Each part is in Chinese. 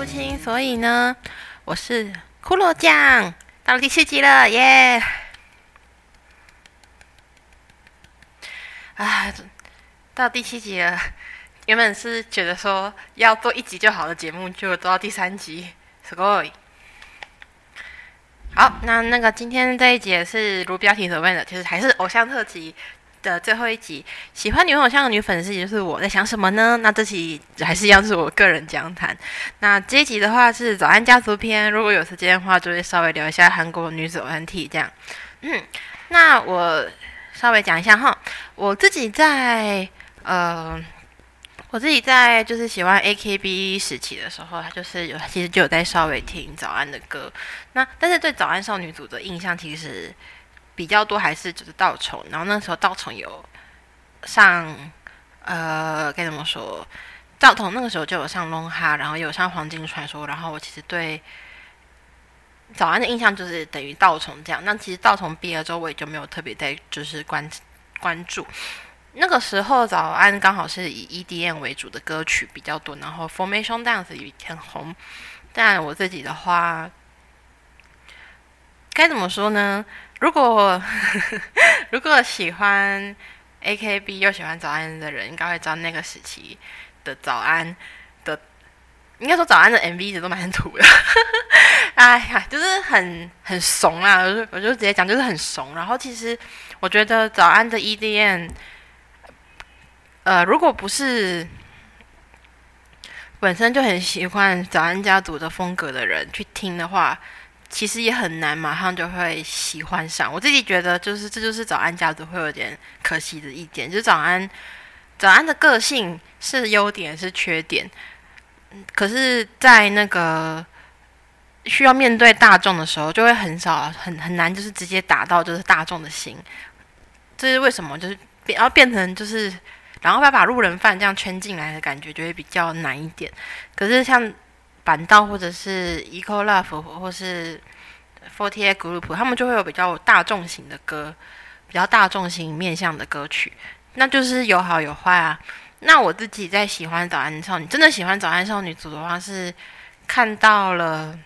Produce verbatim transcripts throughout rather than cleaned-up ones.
清，所以呢，我是骷髅酱，到了第七集了，耶！啊，到第七集了，原本是觉得说要做一集就好的节目，就做到第三集，すごい。好，那那个今天这一集是如标题所问的，其实还是偶像特辑的最后一集。喜欢女偶像的女粉丝，也就是我在想什么呢？那这期还是一样是我个人讲谈。那这一集的话是早安家族篇，如果有时间的话，就会稍微聊一下韩国女子偶像体这样。嗯，那我稍微讲一下哈，我自己在呃。我自己在就是喜欢 A K B 时期的时候，他就是有其实就有在稍微听早安的歌。那但是对早安少女组的印象其实比较多还是就是稻虫，然后那时候稻虫有上呃该怎么说，稻虫那个时候就有上龙哈，然后也有上黄金传说，然后我其实对早安的印象就是等于稻虫这样。那其实稻虫毕业之后，我也就没有特别在就是关关注。那个时候早安刚好是以 E D M 为主的歌曲比较多，然后 Formation Dance 也很红。但我自己的话，该怎么说呢？如果如果喜欢 A K B 又喜欢早安的人，应该会知道那个时期的早安的，应该说早安的 M V 一直都蛮土的。哎呀，就是很很怂啊！我就我就直接讲，就是很怂。然后其实我觉得早安的 E D M。呃，如果不是本身就很喜欢早安家族的风格的人去听的话，其实也很难马上就会喜欢上。我自己觉得，就是这就是早安家族会有点可惜的一点，就是早安早安的个性是优点是缺点，可是，在那个需要面对大众的时候，就会很少很很难，就是直接打到就是大众的心。这是为什么？就是变要变成就是。然后要把路人饭这样圈进来的感觉就会比较难一点。可是像板道或者是 Eco Love 或是 Forty Eight Group， 他们就会有比较大众型的歌，比较大众型面向的歌曲，那就是有好有坏啊。那我自己在喜欢早安少女，真的喜欢早安少女组的话，是看到了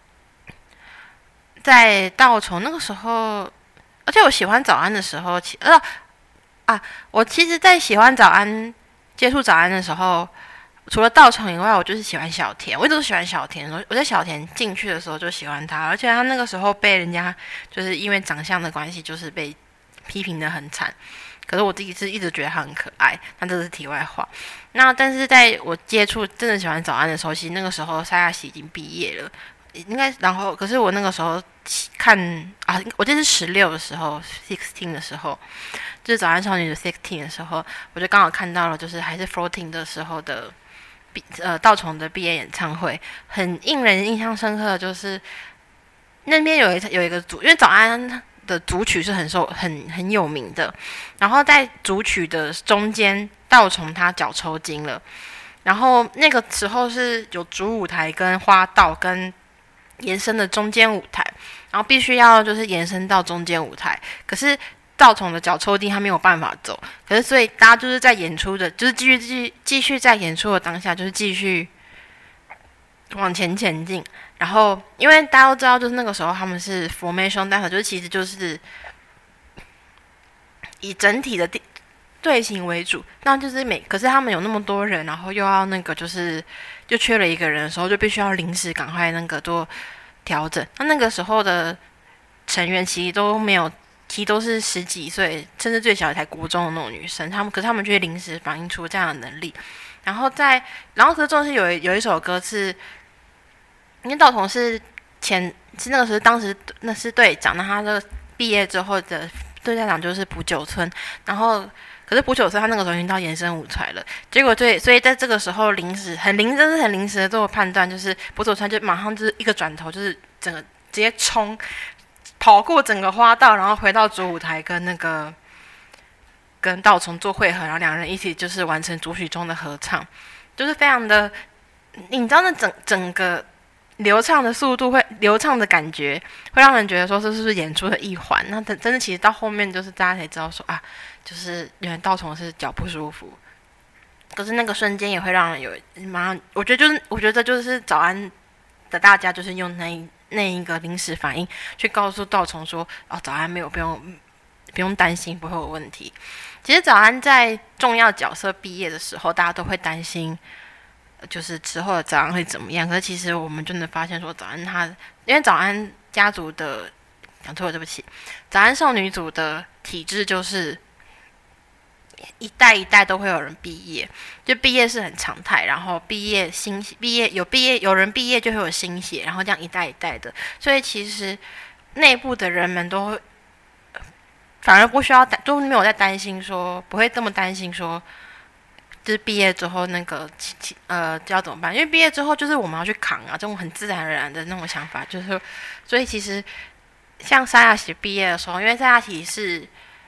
在稻虫那个时候，而且我喜欢早安的时候，呃。啊，我其实，在喜欢早安、接触早安的时候，除了稻虫以外，我就是喜欢小田。我一直都喜欢小田。我在小田进去的时候就喜欢他，而且他那个时候被人家就是因为长相的关系，就是被批评的很惨。可是我自己是一直觉得他很可爱，那这是题外话。那但是在我接触真的喜欢早安的时候，其实那个时候沙亚喜已经毕业了，应该然后可是我那个时候看啊，我这是十六的时候 ，sixteen 的时候。就是早安少女的 sixteen 的时候，我就刚好看到了，就是还是 fourteen 的时候的毕呃稻虫的毕业演唱会，很令人印象深刻的就是那边有一有一个组，因为早安的组曲是很受很很有名的，然后在组曲的中间，稻虫他脚抽筋了，然后那个时候是有主舞台跟花道跟延伸的中间舞台，然后必须要就是延伸到中间舞台，可是。稻虫的脚抽筋，他没有办法走。可是，所以大家就是在演出的，就是继续继续继续在演出的当下，就是继续往前前进。然后，因为大家都知道，就是那个时候他们是 formation dance， 就是其实就是以整体的队形为主。那就是每，可是他们有那么多人，然后又要那个就是就缺了一个人的时候，就必须要临时赶快那个做调整。那那个时候的成员其实都没有。其实都是十几岁，甚至最小才国中的那种女生，他们可是他们却临时反映出这样的能力。然后在，然后可是重是有有一首歌是，因为稻虫是前是那个时候当时那是队长，那他的毕业之后的队长就是朴九村，然后可是朴九村他那个时候已经到延伸舞台了，结果对，所以在这个时候临时很临，真是很临时的做判断，就是朴九村就马上就是一个转头，就是整个直接冲。跑过整个花道，然后回到主舞台跟那个跟稻虫做汇合，然后两人一起就是完成主曲中的合唱，就是非常的，你知道那整整个流畅的速度会流畅的感觉，会让人觉得说这是不是演出的一环？那真的其实到后面就是大家才知道说啊，就是原来稻虫是脚不舒服， 可是那个瞬间也会让人有马上，我觉得就是我觉得就是早安的大家就是用那一那一个临时反应去告诉道虫说，哦，早安没有不用不用担心，不会有问题。其实早安在重要角色毕业的时候，大家都会担心，就是之后的早安会怎么样。可是其实我们真的发现说，早安他因为早安家族的讲错了，对不起，早安少女组的体制就是一代一代都会有人毕业，就毕业是很常态，然后毕业新毕业有毕业有人毕业就会有新血，然后这样一代一代的，所以其实内部的人们都反而不需要都没有在担心说不会这么担心说，就是毕业之后那个呃要怎么办？因为毕业之后就是我们要去扛啊，这种很自然而然的那种想法，就是所以其实像沙亚喜毕业的时候，因为沙亚喜是。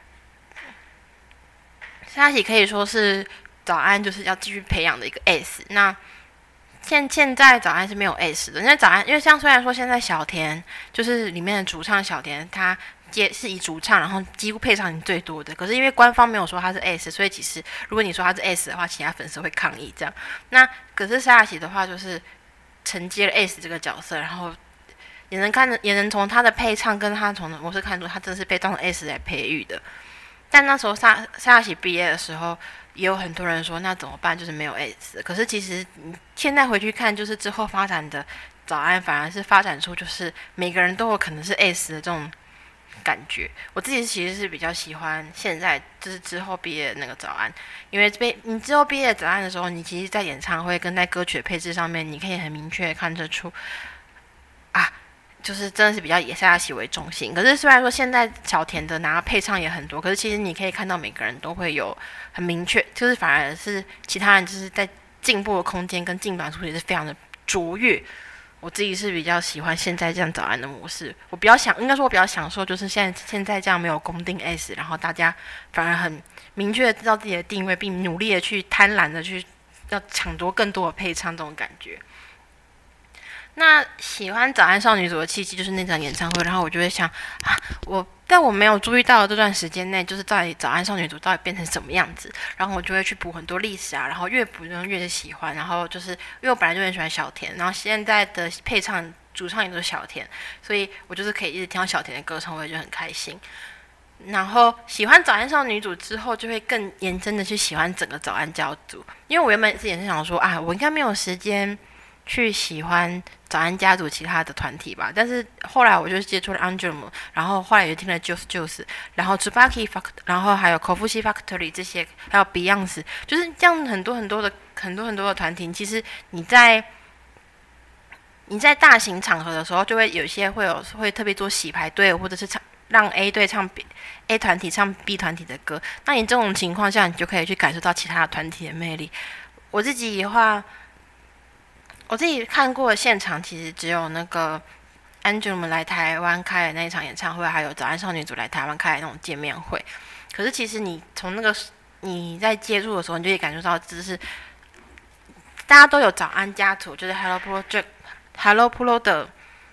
沙喜可以说是早安就是要继续培养的一个 S。那现现在早安是没有 S 的，因为早安因为像虽然说现在小田就是里面的主唱小田，他接是以主唱，然后几乎配上你最多的，可是因为官方没有说他是 S， 所以其实如果你说他是 S 的话，其他粉丝会抗议这样。那可是沙喜的话就是承接了 S 这个角色，然后也能看也能从他的配唱跟他从模式看出他真是被当成 S 来培育的。但那时候沙沙亚喜毕业的时候，也有很多人说那怎么办？就是没有 S。可是其实现在回去看，就是之后发展的早安，反而是发展出就是每个人都有可能是 S 的这种感觉。我自己其实是比较喜欢现在就是之后毕业的那个早安，因为被你之后毕业的早安的时候，你其实在演唱会跟在歌曲的配置上面，你可以很明确的看得出啊。就是真的是比较以沙亚喜为中心，可是虽然说现在小田的拿配唱也很多，可是其实你可以看到每个人都会有很明确，就是反而是其他人就是在进步的空间跟进版速度也是非常的卓越。我自己是比较喜欢现在这样早安的模式，我比较想应该说我比较享受就是现在现在这样没有公定 S， 然后大家反而很明确的知道自己的定位，并努力的去贪婪的去要抢夺更多的配唱这种感觉。那喜欢早安少女组的契机就是那场演唱会，然后我就会想啊，我但我没有注意到这段时间内，就是到底早安少女组到底变成什么样子，然后我就会去补很多历史啊，然后越补就越喜欢，然后就是因为我本来就很喜欢小田，然后现在的配唱主唱也都是小田，所以我就是可以一直听到小田的歌唱，我也就很开心。然后喜欢早安少女组之后，就会更延伸的去喜欢整个早安家族，因为我原本自己也是想说啊，我应该没有时间去喜欢早安家族其他的团体吧，但是后来我就接触了 Angel， 然后后来也听了 Juice Juice， 然后 Tsubaki Factory， 然后还有 Kofushi Factory 这些，还有 Beyonce， 就是这样很多很多的很多很多的团体。其实你在你在大型场合的时候，就会有些会有会特别做洗牌队，或者是唱让 A 队唱 B, A 团体唱 B 团体的歌。那你这种情况下，你就可以去感受到其他的团体的魅力。我自己的话。我自己看过的现场，其实只有那个 Angel 们来台湾开的那一场演唱会，还有早安少女组来台湾开的那种见面会。可是其实你从那个你在接触的时候，你就可以感受到，就是大家都有早安家族，就是 Hello Pro Hello Pro 的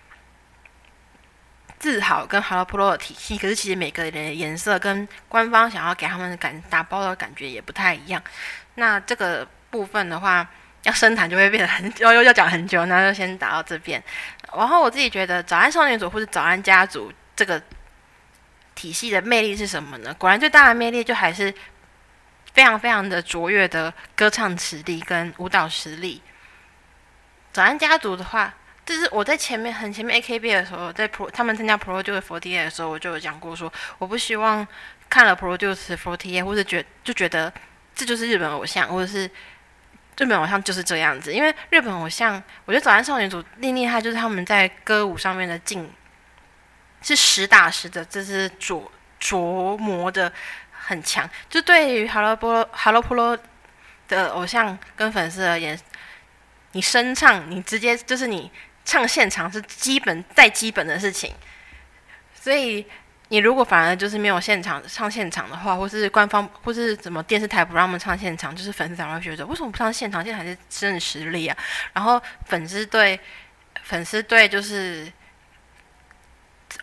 自豪跟 Hello Pro 的体系。可是其实每个人的颜色跟官方想要给他们的感打包的感觉也不太一样。那这个部分的话。要深谈就会变得很又又要讲很久，那就先打到这边。然后我自己觉得早安少女组或者早安家族这个体系的魅力是什么呢？果然最大的魅力就还是非常非常的卓越的歌唱实力跟舞蹈实力。早安家族的话，就是我在前面很前面 A K B 的时候，在 Pro 他们参加 Produce 四十八的时候，我就有讲过说，我不希望看了 Produce 四十八或者觉就觉得这就是日本偶像，或者是日本偶像就是这样子。因为日本偶像，我觉得早安少女组厉厉害，就是他们在歌舞上面的进是实打实的，这是琢琢磨的很强。就对于 Hello Pro Hello Pro 的偶像跟粉丝而言，你声唱，你直接就是你唱现场是基本再基本的事情，所以。你如果反而就是没有现场唱现场的话，或是官方或是什么电视台不让他们唱现场，就是粉丝才会觉得为什么不唱现场？现场是真的实力啊。然后粉丝对粉丝对就是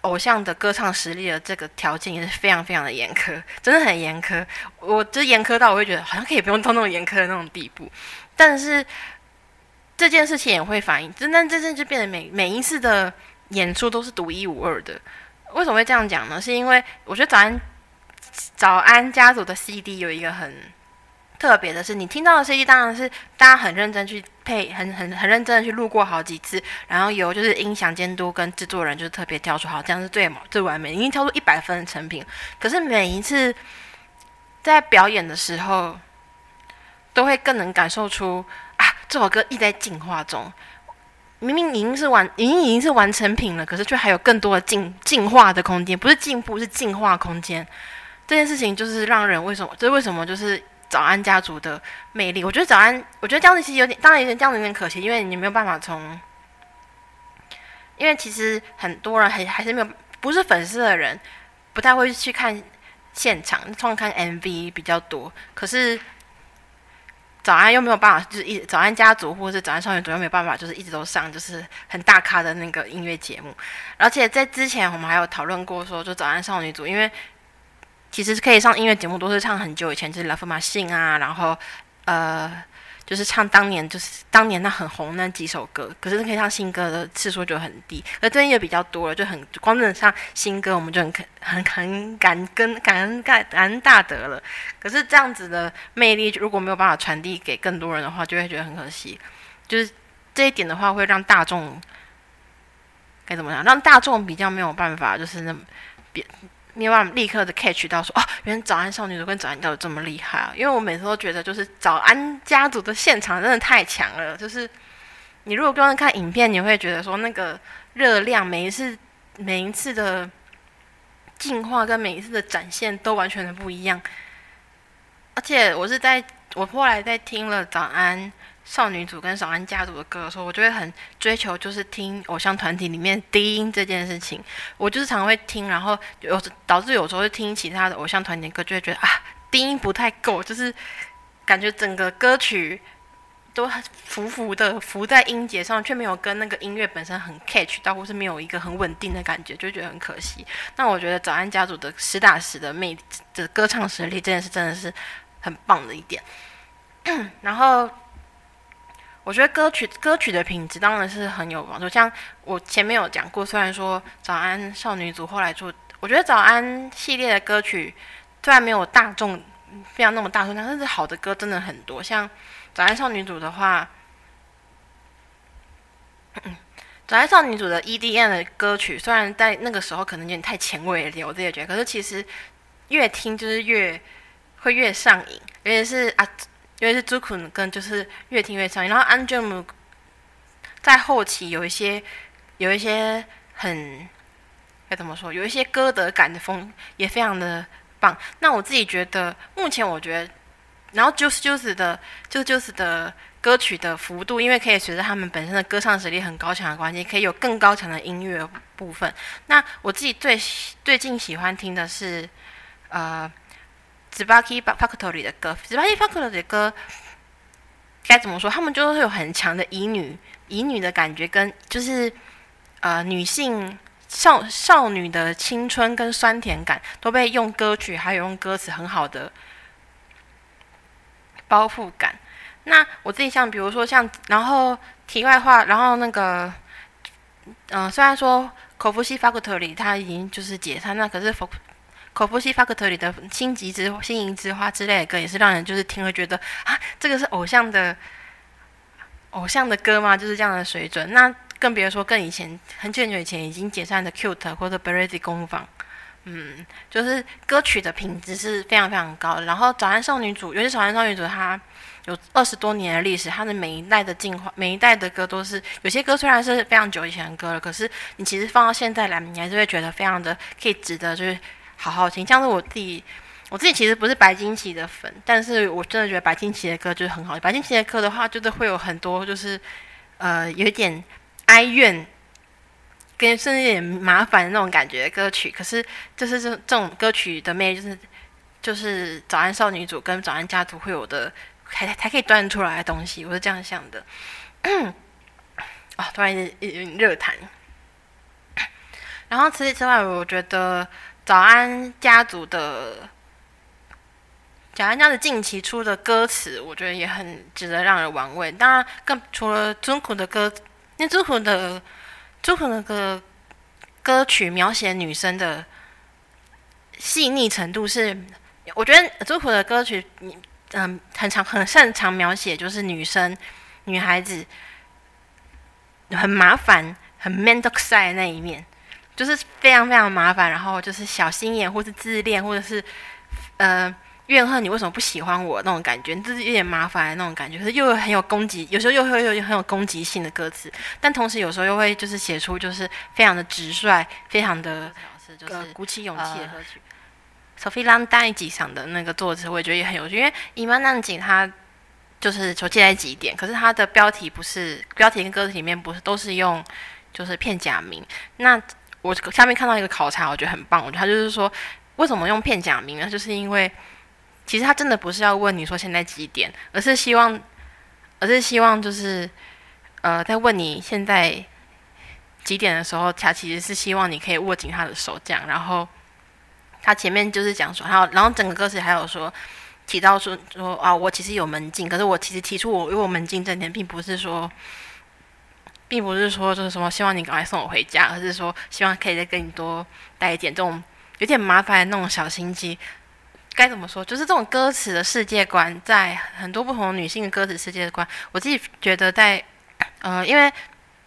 偶像的歌唱实力的这个条件也是非常非常的严苛，真的很严苛。我就是严苛到我会觉得好像可以不用到那种严苛的那种地步，但是这件事情也会反映，真但这件就变得每每一次的演出都是独一无二的。为什么会这样讲呢？是因为我觉得早安早安家族的 C D 有一个很特别的是，你听到的 C D 当然是大家很认真去配，很很很认真的去录过好几次，然后由就是音响监督跟制作人就是特别挑出好，这样是最最完美，已经挑出一百分的成品。可是每一次在表演的时候，都会更能感受出啊，这首歌一直在进化中。明明已经是完，已经已经是完成品了，可是却还有更多的进进化的空间，不是进步，是进化空间。这件事情就是让人为什么，这是为什么就是早安家族的魅力。我觉得早安，我觉得这样子其实有点，当然有点这样子有点可惜，因为你没有办法从，因为其实很多人还还是没有，不是粉丝的人，不太会去看现场，通常看 M V 比较多。可是早安又没有办法，就是一早安家族或者是早安少女组又没有办法，就是一直都上就是很大咖的那个音乐节目。而且在之前我们还有讨论过说，就早安少女组，因为其实可以上音乐节目都是唱很久以前，就是 Love Machine 啊，然后呃就是唱当年就是当年那很红那几首歌，可是可以唱新歌的次数就很低，而最近也比较多了，就很光能上新歌我们就很很很感跟感恩感恩大德了。可是这样子的魅力如果没有办法传递给更多人的话，就会觉得很可惜。就是这一点的话，会让大众该怎么讲？让大众比较没有办法，就是那别。没有办法立刻的 catch 到说哦，原来早安少女组跟早安家族这么厉害啊！因为我每次都觉得，就是早安家族的现场真的太强了。就是你如果光看影片，你会觉得说那个热量，每一次每一次的进化跟每一次的展现都完全的不一样。而且我是在我后来在听了早安少女组跟早安家族的歌的时候，我就会很追求就是听偶像团体里面低音这件事情。我就是常会听，然后有导致有时候会听其他的偶像团体的歌，就会觉得啊低音不太够，就是感觉整个歌曲都浮浮的浮在音节上，却没有跟那个音乐本身很 catch 到，或是没有一个很稳定的感觉，就觉得很可惜。那我觉得早安家族的实打实的魅的歌唱实力，这件事真的是很棒的一点。然后我觉得歌曲歌曲的品质当然是很有帮助，像我前面有讲过，虽然说早安少女组后来做，我觉得早安系列的歌曲虽然没有大众非常那么大众，但是好的歌真的很多。像早安少女组的话，嗯，早安少女组的 E D M 的歌曲，虽然在那个时候可能有点太前卫了，我自己也觉得，可是其实越听就是越会越上瘾，尤其是啊。尤其是朱坤跟就是越听越上瘾，然后安 j 姆在后期有一些有一些很该怎么说，有一些歌德感的风也非常的棒。那我自己觉得，目前我觉得，然后 Juice Juice 的 Juice Juice 的歌曲的幅度，因为可以随着他们本身的歌唱实力很高强的关系，可以有更高强的音乐部分。那我自己最最近喜欢听的是呃。Tsubaki Factory 的歌 ，Tsubaki Factory 的歌该怎么说？他们就是有很强的乙女、乙女的感觉，跟就是呃女性少少女的青春跟酸甜感，都被用歌曲还有用歌词很好的包覆感。那我自己像比如说像，然后题外话，然后那个嗯、呃，虽然说口服西 Factory 它已经就是解散，那可是口服西 Factory 的心急之心仪之花之类的歌，也是让人就是听了觉得啊，这个是偶像的偶像的歌吗？就是这样的水准。那更别说更以前很久很久以前已经解散的 Cute 或者 Berezi 工坊，嗯，就是歌曲的品质是非常非常高的。然后早安少女组，尤其早安少女组，它有二十多年的历史，它的每一代的进化，每一代的歌都是有些歌虽然是非常久以前的歌了，可是你其实放到现在来，你还是会觉得非常的可以值得就是好好听。像是我自己，我自己其实不是白金奇的粉，但是我真的觉得白金奇的歌就是很好。白金奇的歌的话，就是会有很多就是呃有一点哀怨，跟甚至有点麻烦的那种感觉的歌曲。可是就是这这种歌曲的魅力，就是就是早安少女组跟早安家族会有的，还还可以端出来的东西，我是这样想的。哦，突然有点热谈。 然后除此之外，我觉得早安家族的早安家的近期出的歌词，我觉得也很值得让人玩味。当然，更除了尊苦的歌，那尊苦的尊苦的歌歌曲描写女生的细腻程度是，我觉得尊苦的歌曲，嗯，很常很擅长描写就是女生女孩子很麻烦、很 mental side 的那一面，就是非常非常麻烦，然后就是小心眼，或是自恋，或者是呃怨恨你为什么不喜欢我那种感觉，就是有点麻烦的那种感觉。可是又很有攻击，有时候又会有很有攻击性的歌词，但同时有时候又会就是写出就是非常的直率，非常的就是、呃、鼓起勇气的歌曲。Sophie Landan 上的那个作词，我也觉得也很有趣，因为伊曼南井他就是求借在几点，可是他的标题不是标题跟歌词里面不是都是用就是片假名。那我下面看到一个考察，我觉得很棒，我觉得他就是说为什么用片假名呢？就是因为其实他真的不是要问你说现在几点，而是希望，而是希望就是呃在问你现在几点的时候，他其实是希望你可以握紧他的手这样，然后。他前面就是讲说，还有，然后整个歌词还有说提到说说啊，我其实有门禁，可是我其实提出我有门禁这点，并不是说，并不是说就是什么希望你赶快送我回家，而是说希望可以再跟你多带一点这种有点麻烦的那种小心机。该怎么说？就是这种歌词的世界观，在很多不同的女性的歌词世界观，我自己觉得在呃，因为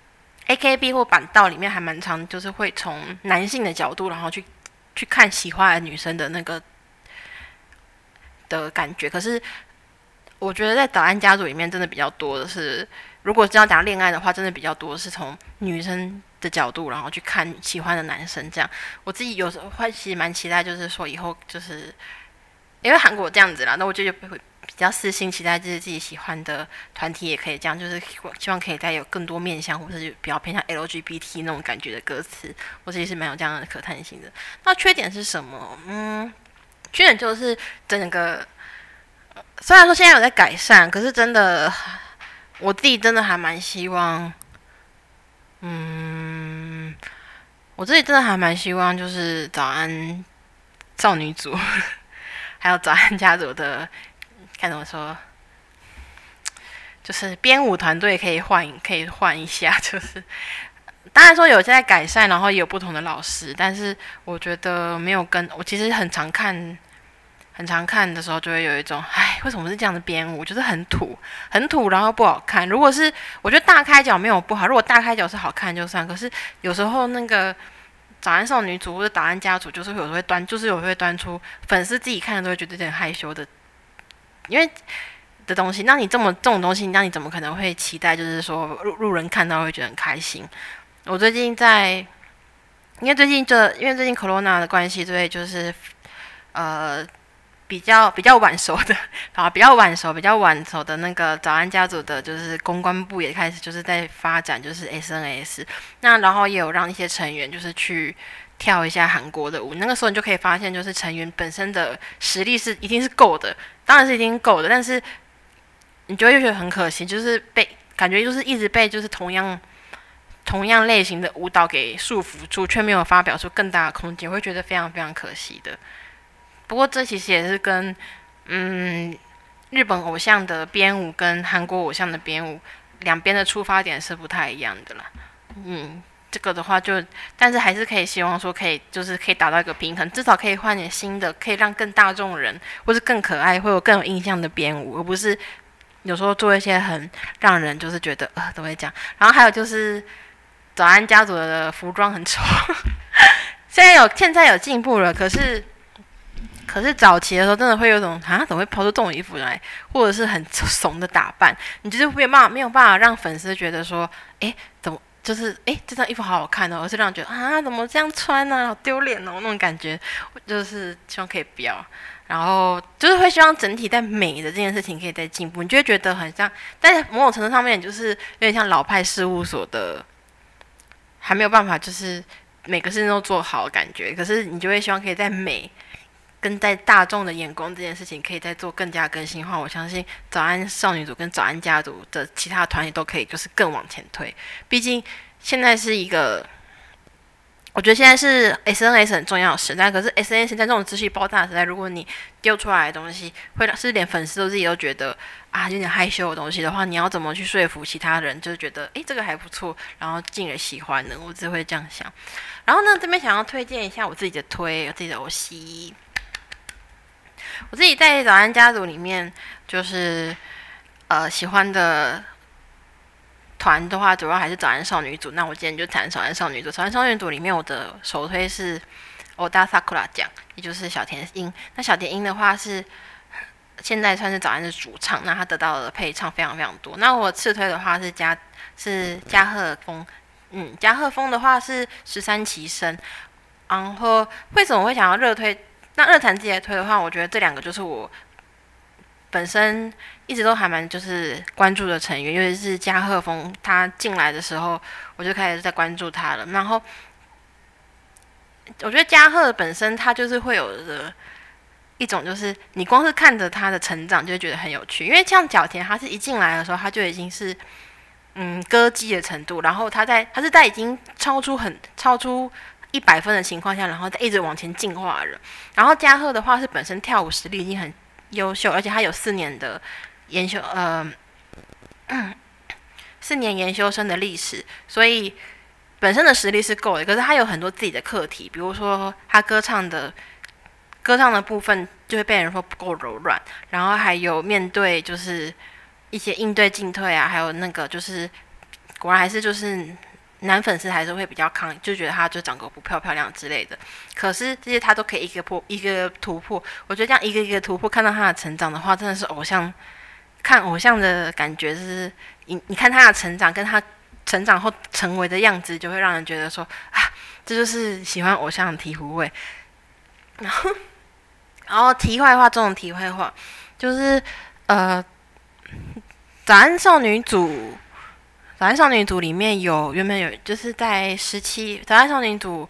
A K B 或板道里面还蛮常，就是会从男性的角度，然后去。去看喜欢的女生的那个的感觉，可是我觉得在早安家族里面真的比较多的是，如果真要讲恋爱的话，真的比较多的是从女生的角度，然后去看喜欢的男生。这样，我自己有时候会其实蛮期待，就是说以后就是因为韩国这样子啦，那我就会比较私心期待，就是自己喜欢的团体也可以这样，就是希望可以再有更多面向，或者是比较偏向 L G B T 那种感觉的歌词，我自己是蛮有这样的可探性的。那缺点是什么？嗯，缺点就是整个，虽然说现在有在改善，可是真的，我自己真的还蛮希望，嗯，我自己真的还蛮希望，就是早安少女组，还有早安家族的。看怎么说，就是编舞团队可以换，可以换一下。就是当然说有在改善，然后也有不同的老师，但是我觉得没有跟我其实很常看，很常看的时候就会有一种，哎，为什么是这样的编舞？就是很土，很土，然后不好看。如果是我觉得大开脚没有不好，如果大开脚是好看就算。可是有时候那个早安少女组或者早安家族，就是有时候会端，就是有时候会端出粉丝自己看的都会觉得有点害羞的。因为的东西，那你这么这种东西，那你怎么可能会期待？就是说路路人看到会觉得很开心。我最近在，因为最近这因为最近 corona 的关系，所以就是呃比较比较晚熟的，啊比较晚熟比较晚熟的那个早安家族的，就是公关部也开始就是在发展就是 S N S， 那然后也有让一些成员就是去。跳一下韩国的舞，那个时候你就可以发现，就是成员本身的实力是一定是够的，当然是一定够的，但是你就会觉得很可惜，就是被感觉就是一直被就是同样同样类型的舞蹈给束缚住，却没有发表出更大的空间，会觉得非常非常可惜的。不过这其实也是跟嗯日本偶像的编舞跟韩国偶像的编舞两边的出发点是不太一样的啦，嗯。这个的话就，但是还是可以希望说可以，就是可以达到一个平衡，至少可以换点新的，可以让更大众人或是更可爱，或有更有印象的编舞，而不是有时候做一些很让人就是觉得呃都会讲。然后还有就是早安家族的服装很丑，现在有现在有进步了，可是可是早期的时候真的会有种啊怎么会抛出这种衣服来，或者是很怂的打扮，你就是没有办法没有办法让粉丝觉得说，哎怎么。就是哎，这件衣服好好看哦，而是让人觉得啊，怎么这样穿呢、啊？好丢脸哦，那种感觉，就是希望可以不要。然后就是会希望整体在美的这件事情可以再进步，你就会觉得很像，但是某种程度上面就是有点像老派事务所的，还没有办法就是每个事情都做好的感觉。可是你就会希望可以在美跟在大众的眼光这件事情可以再做更加更新化，我相信早安少女组跟早安家族的其他团体都可以就是更往前推。毕竟现在是一个我觉得现在是 S N S 很重要的时代，可是 S N S 在这种资讯爆炸的时代，如果你丢出来的东西会让是连粉丝都自己都觉得啊有点害羞的东西的话，你要怎么去说服其他人，就是觉得诶这个还不错，然后进而喜欢呢？我只会这样想。然后呢，这边想要推荐一下我自己的推，我自己的游戏。我自己在早安家族里面，就是呃喜欢的团的话，主要还是早安少女组。那我今天就谈早安少女组。早安少女组里面，我的首推是 Oda Sakura 奖，也就是小田樱。那小田樱的话是现在算是早安的主唱，那他得到的配唱非常非常多。那我次推的话是加是加贺风，嗯，加贺风的话是十三期生。然后为什么会想要热推？那热谈自己来推的话，我觉得这两个就是我本身一直都还蛮就是关注的成员，尤其是加贺风，他进来的时候，我就开始在关注他了。然后我觉得加贺本身他就是会有的一种，就是你光是看着他的成长，就会觉得很有趣。因为像角田，他是一进来的时候，他就已经是嗯歌姬的程度，然后他在他是在已经超出很超出一百分的情况下，然后再一直往前进化了。然后加贺的话是本身跳舞实力已经很优秀，而且他有四年的研修，呃，嗯、四年研修生的历史，所以本身的实力是够的。可是他有很多自己的课题，比如说他歌唱的歌唱的部分就会被人说不够柔软，然后还有面对就是一些应对进退啊，还有那个就是果然还是就是男粉丝还是会比较抗，就觉得他就长得不漂漂亮之类的。可是这些他都可以一个破一个突破，我觉得这样一个一个突破，看到他的成长的话，真的是偶像看偶像的感觉是，你你看他的成长跟他成长后成为的样子，就会让人觉得说啊，这就是喜欢偶像的醍醐味。然后，然后题外话中的题外话，就是呃，早安少女组。早安少女组里面有原本有就是在十七早安少女组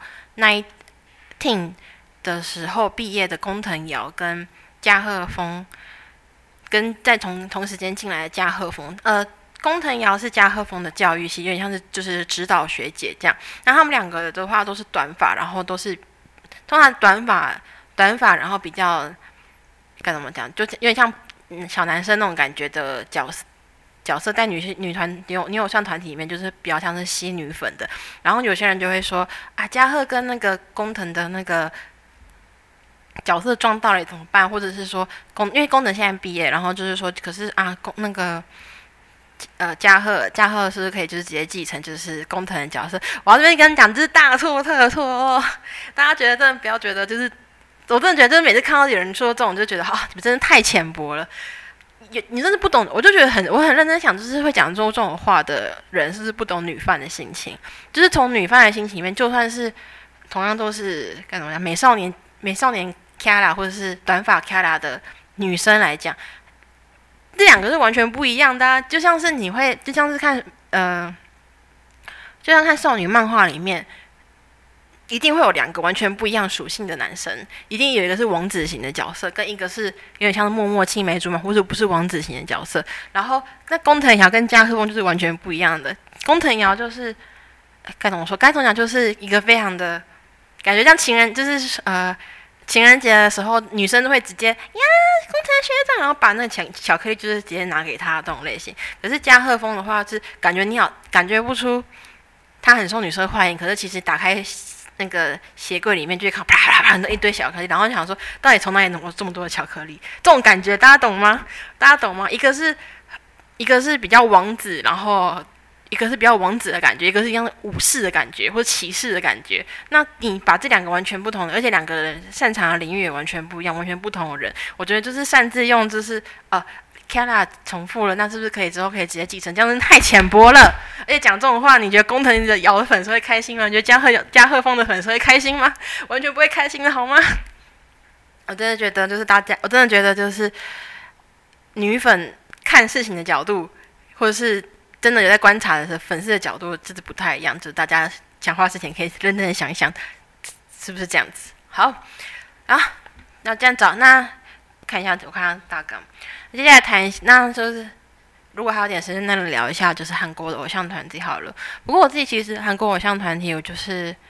nineteen 的时候毕业的工藤遥跟加贺风，跟在同同时间进来的加贺风，呃，工藤遥是加贺风的教育系，有点像是就是指导学姐这样。那他们两个的话都是短发，然后都是通常短发短发，然后比较该怎么讲，就有点像嗯小男生那种感觉的角色。角色在女女团女女偶像团体里面，就是比较像是吸女粉的。然后有些人就会说啊，加贺跟那个工藤的那个角色撞到了怎么办？或者是说工，因为工藤现在毕业，然后就是说，可是啊，工那个呃加贺加贺是不是可以就是直接继承就是工藤的角色？我要这边跟你讲，这是大错特错哦！大家觉得真的不要觉得就是，我真的觉得就是每次看到有人说这种，就觉得啊，你们真的太浅薄了。你真的不懂，我就觉得很，我很认真想，就是会讲出这种话的人，是不是不懂女犯的心情？就是从女犯的心情里面，就算是同样都是该怎么样，美少年美少年 Kara 或者是短发 Kara 的女生来讲，这两个是完全不一样的、啊。就像是你会，就像是看，呃，就像看少女漫画里面。一定会有两个完全不一样属性的男生，一定有一个是王子型的角色，跟一个是有点像默默青梅竹马，或者不是王子型的角色。然后那工藤遥跟加贺风就是完全不一样的。工藤遥就是该怎么说？该怎么讲？就是一个非常的感觉像情人，就是呃情人节的时候，女生都会直接呀工藤学长，然后把那个巧巧克力就是直接拿给他的这种类型。可是加贺风的话是感觉你好感觉不出他很受女生欢迎，可是其实打开。那个鞋柜里面就会看啪啪啪的一堆巧克力，然后就想说，到底从哪里弄了这么多的巧克力？这种感觉大家懂吗？大家懂吗？一个是一个是比较王子，然后一个是比较王子的感觉，一个是一样武士的感觉或者骑士的感觉。那你把这两个完全不同的，而且两个人擅长的领域也完全不一样，完全不同的人，我觉得就是擅自用，就是呃。Kara 重复了，那是不是可以之后可以直接继承？这样子太浅薄了。而且讲这种话，你觉得工藤的瑶的粉丝会开心吗？你觉得加贺加贺风的粉丝会开心吗？完全不会开心的好吗？我真的觉得就是大家，我真的觉得就是女粉看事情的角度，或者是真的有在观察的粉丝的角度，就是不太一样。就是大家讲话之前可以认真的想一想，是不是这样子？好，啊，那这样找那看一下，我看下大纲。接下来谈，那就是如果还有点时间，那聊一下就是韩国的偶像团体好了。不过我自己其实韩国偶像团体，我就是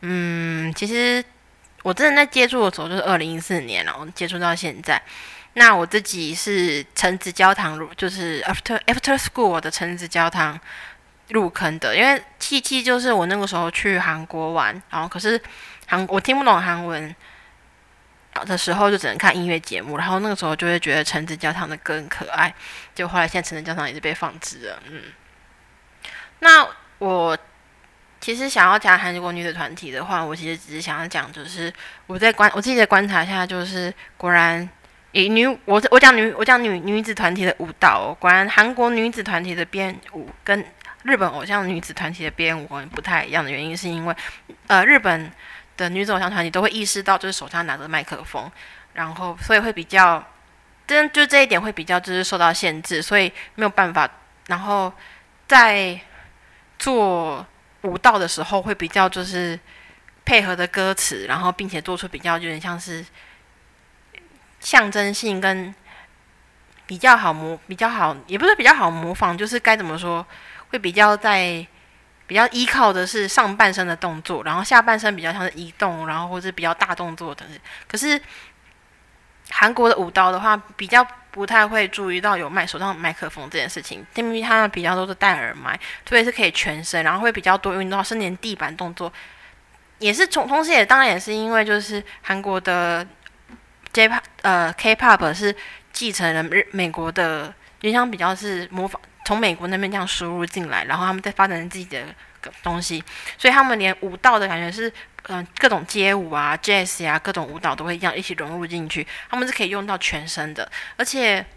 嗯，其实我真的在接触的时候就是二零一四年，然后接触到现在。那我自己是橙子焦糖入，就是 after after school 的橙子焦糖入坑的，因为契机就是我那个时候去韩国玩，然后可是韩我听不懂韩文的时候，就只能看音乐节目，然后那个时候就会觉得橙子焦糖的歌很可爱，就后来现在橙子焦糖也是被放置了，嗯。那我其实想要讲韩国女子团体的话，我其实只是想要讲，就是我在观我自己的观察下，就是果然以女我我讲女我讲女女子团体的舞蹈、哦，果然韩国女子团体的编舞跟日本偶像女子团体的编舞不太一样的原因，是因为呃日本的女子偶像团体都会意识到，就是手上拿着麦克风，然后所以会比较，真就这一点会比较就是受到限制，所以没有办法，然后在做舞蹈的时候会比较就是配合的歌词，然后并且做出比较有点像是象征性跟比较好模比较好，也不是比较好模仿，就是该怎么说，会比较在比较依靠的是上半身的动作，然后下半身比较像是移动，然后或是比较大动作的。可是韩国的舞蹈的话，比较不太会注意到有麦手上麦克风这件事情，因为他们比较都是戴耳麦，所以是可以全身，然后会比较多运动，甚至连地板动作也是同同时也当然也是因为就是韩国的 J pop 呃 K-pop 是继承了日美国的，就像比较是模仿从美国那边这样输入进来，然后他们再发展自己的东西，所以他们连舞蹈的感觉是嗯、呃、各种街舞啊 Jazz 啊各种舞蹈都会这样一起融入进去，他们是可以用到全身的，而且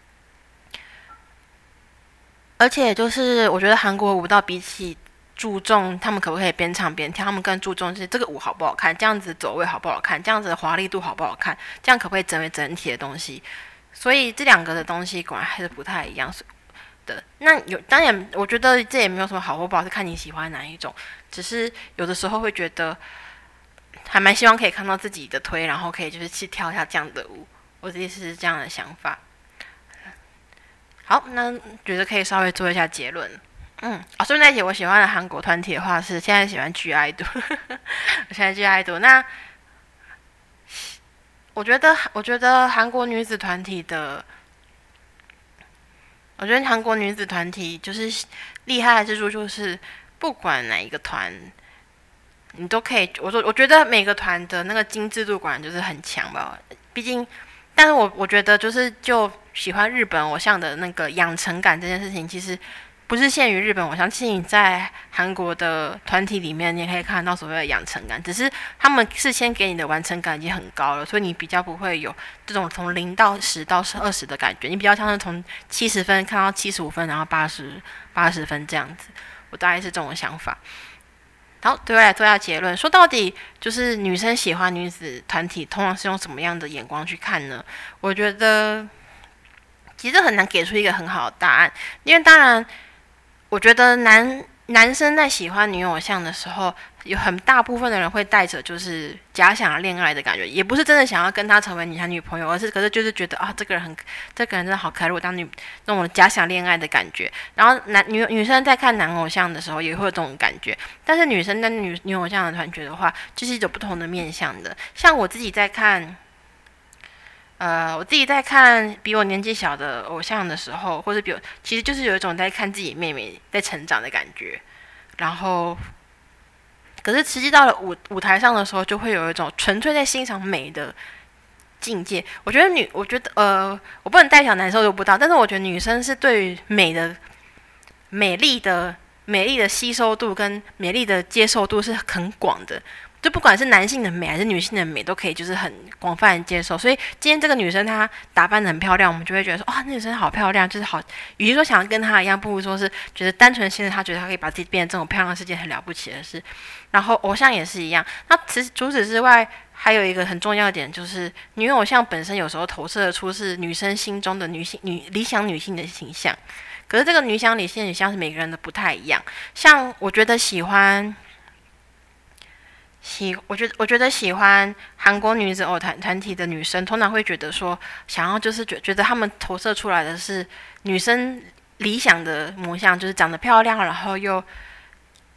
而且就是我觉得韩国舞蹈比起注重他们可不可以边唱边跳，他们更注重是这个舞好不好看，这样子走位好不好看，这样子的华丽度好不好看，这样可不可以成为整体的东西。所以这两个的东西果然还是不太一样的。那有当然，我觉得这也没有什么好或不好，是看你喜欢哪一种。只是有的时候会觉得，还蛮希望可以看到自己的推，然后可以就是去跳一下这样的舞。我自己是这样的想法。好，那觉得可以稍微做一下结论。嗯，哦，顺带一提，我喜欢的韩国团体的话是现在喜欢 G IDOL， 我现在 G IDOL。那我觉得，我觉得韩国女子团体的，我觉得韩国女子团体就是厉害的之处，就是不管哪一个团，你都可以。我说，我觉得每个团的那个精致度果然就是很强吧。毕竟，但是我我觉得就是就喜欢日本偶像的那个养成感这件事情，其实不是限于日本偶像，其实你在韩国的团体里面，你也可以看到所谓的养成感，只是他们事先给你的完成感已经很高了，所以你比较不会有这种从零到十到二十的感觉，你比较像是从七十分看到七十五分，然后八十八十分这样子，我大概是这种想法。好，对我来做下结论，说到底就是女生喜欢女子团体，通常是用什么样的眼光去看呢？我觉得其实很难给出一个很好的答案，因为当然。我觉得男男生在喜欢女偶像的时候，有很大部分的人会带着就是假想恋爱的感觉，也不是真的想要跟他成为你男女朋友，而是可是就是觉得啊，这个人很，这个人真的好可爱，如果当女那种假想恋爱的感觉。然后男女女生在看男偶像的时候也会有这种感觉，但是女生在女女偶像的团觉的话，就是有不同的面向的。像我自己在看。呃，我自己在看比我年纪小的偶像的时候，或者比我，其实就是有一种在看自己妹妹在成长的感觉。然后，可是实际到了舞舞台上的时候，就会有一种纯粹在欣赏美的境界。我觉得女，我觉得呃，我不能代表男生做不到，但是我觉得女生是对于美的、美丽的、美丽的吸收度跟美丽的接受度是很广的。就不管是男性的美还是女性的美，都可以就是很广泛的接受。所以今天这个女生她打扮得很漂亮，我们就会觉得说，哇，那女生好漂亮，就是好。与其说想要跟她一样，不如说是觉得单纯欣赏她，觉得她可以把自己变成这种漂亮，是件很了不起的事。然后偶像也是一样。那其实除此之外，还有一个很重要的点，就是女偶像本身有时候投射出是女生心中的女性女理想女性的形象。可是这个理想女性的形象是每个人的不太一样。像我觉得喜欢。喜，我觉得，我觉得喜欢韩国女子偶团团体的女生，通常会觉得说，想要就是觉觉得她们投射出来的是女生理想的模样，就是长得漂亮，然后又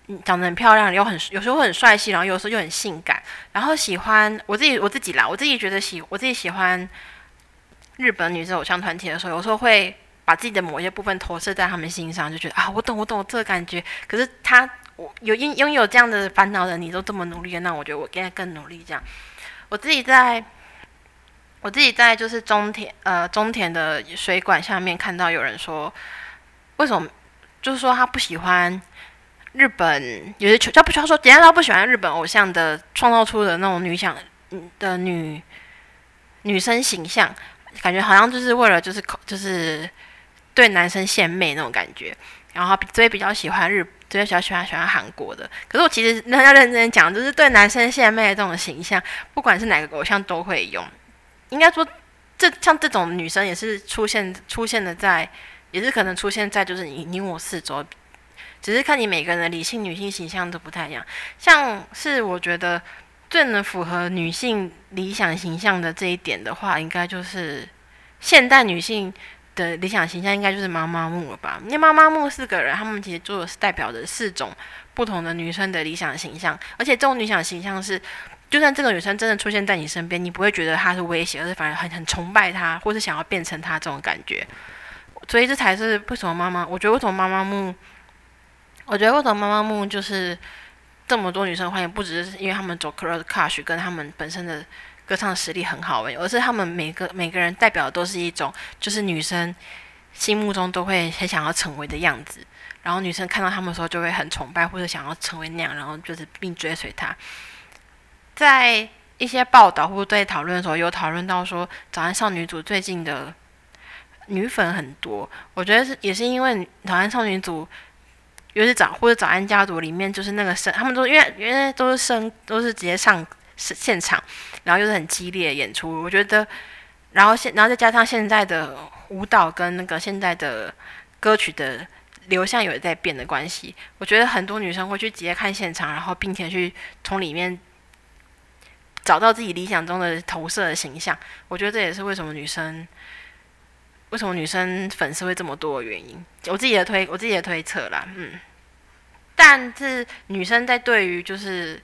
长得很漂亮，又很有时候很帅气，然后有时候又很性感。然后喜欢我自己我自己啦，我自己觉得喜我自己喜欢日本女子偶像团体的时候，有时候会把自己的某些部分投射在他们心上，就觉得啊，我懂我懂这个感觉。可是他我有拥拥有这样的烦恼的你都这么努力了，那我觉得我应该更努力。这样，我自己在我自己在就是中田呃中田的水管下面看到有人说，为什么就是说他不喜欢日本，有些他不他说，简单他不喜欢日本偶像的创造出的那种女想的女女生形象，感觉好像就是为了就是就是对男生献媚那种感觉，然后所以比较喜欢日，所以比较喜欢喜欢韩国的。可是我其实要认真讲，就是对男生献媚的这种形象，不管是哪个偶像都会用。应该说，这像这种女生也是出现出现的在，也是可能出现在就是你你我四周。只是看你每个人的理性女性形象都不太一样，像是我觉得最能符合女性理想形象的这一点的话，应该就是现代女性的理想形象，应该就是妈妈木了吧？因为妈妈木四个人，他们其实做的是代表着四种不同的女生的理想形象，而且这种理想形象是，就算这个女生真的出现在你身边，你不会觉得她是威胁，而是反而很很崇拜她，或是想要变成她这种感觉。所以这才是为什么妈妈，我觉得为什么妈妈木。我觉得为什么妈妈木就是这么多女生欢迎，不只是因为他们走 Crush Crush 跟他们本身的歌唱实力很好而已，而是他们每个每个人代表的都是一种就是女生心目中都会很想要成为的样子，然后女生看到他们的时候就会很崇拜或者想要成为那样，然后就是并追随他。在一些报道或者在讨论的时候，有讨论到说早安少女组最近的女粉很多，我觉得是也是因为早安少女组。尤其是早或者早安家族里面，就是那个声，他们都因为因为都是声，都是直接上现场，然后又是很激烈的演出。我觉得，然后现然后再加上现在的舞蹈跟那个现在的歌曲的流向有在变的关系，我觉得很多女生会去直接看现场，然后并且去从里面找到自己理想中的投射的形象。我觉得这也是为什么女生。为什么女生粉丝会这么多的原因？我自己的推，我自己的推测啦，嗯。但是女生在对于就是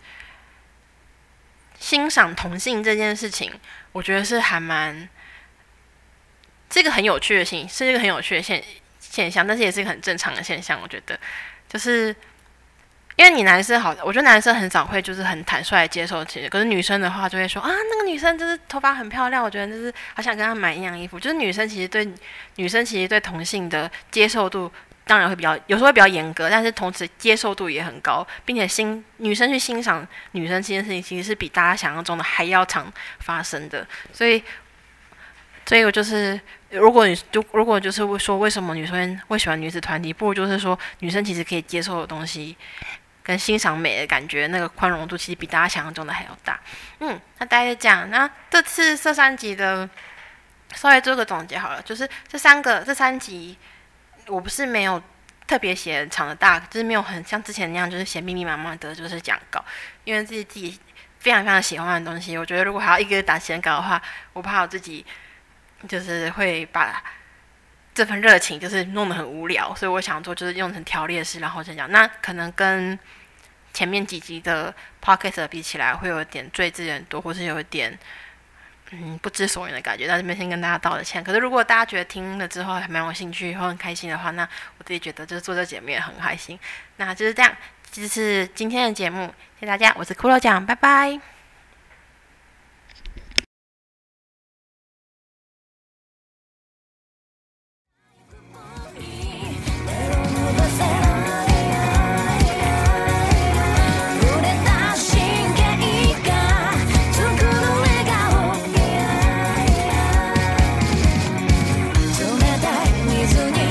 欣赏同性这件事情，我觉得是还蛮，这个很有趣的性，是一个很有趣的现现象，但是也是一个很正常的现象。我觉得，就是因为你男生好，我觉得男生很少会就是很坦率的接受其实，可是女生的话就会说啊，那个女生就是头发很漂亮，我觉得就是好想跟她买一样衣服。就是女生其实对女生其实对同性的接受度当然会比较，有时候会比较严格，但是同时接受度也很高，并且欣女生去欣赏女生这件事情，其实是比大家想象中的还要常发生的。所以，所以我就是。如果你就如果就是说为什么女生会喜欢女子团体，不如就是说女生其实可以接受的东西跟欣赏美的感觉，那个宽容度其实比大家想象中的还要大。嗯，那大概就这样。那这次这三集的稍微做个总结好了，就是这三个这三集我不是没有特别写长的大，就是没有很像之前那样，就是写密密麻麻的，就是讲稿，因为自己自己非常非常喜欢的东西，我觉得如果还要一个打写稿的话，我怕我自己。就是会把这份热情就是弄得很无聊，所以我想做就是用成条列式，然后再讲。那可能跟前面几集的 podcast 比起来，会有点赘字很多，或是有一点嗯不知所云的感觉。那这边先跟大家道个歉。可是如果大家觉得听了之后还蛮有兴趣或很开心的话，那我自己觉得就是做这节目也很开心。那就是这样，这是今天的节目，谢谢大家，我是骷髅酱，拜拜。冷たい水に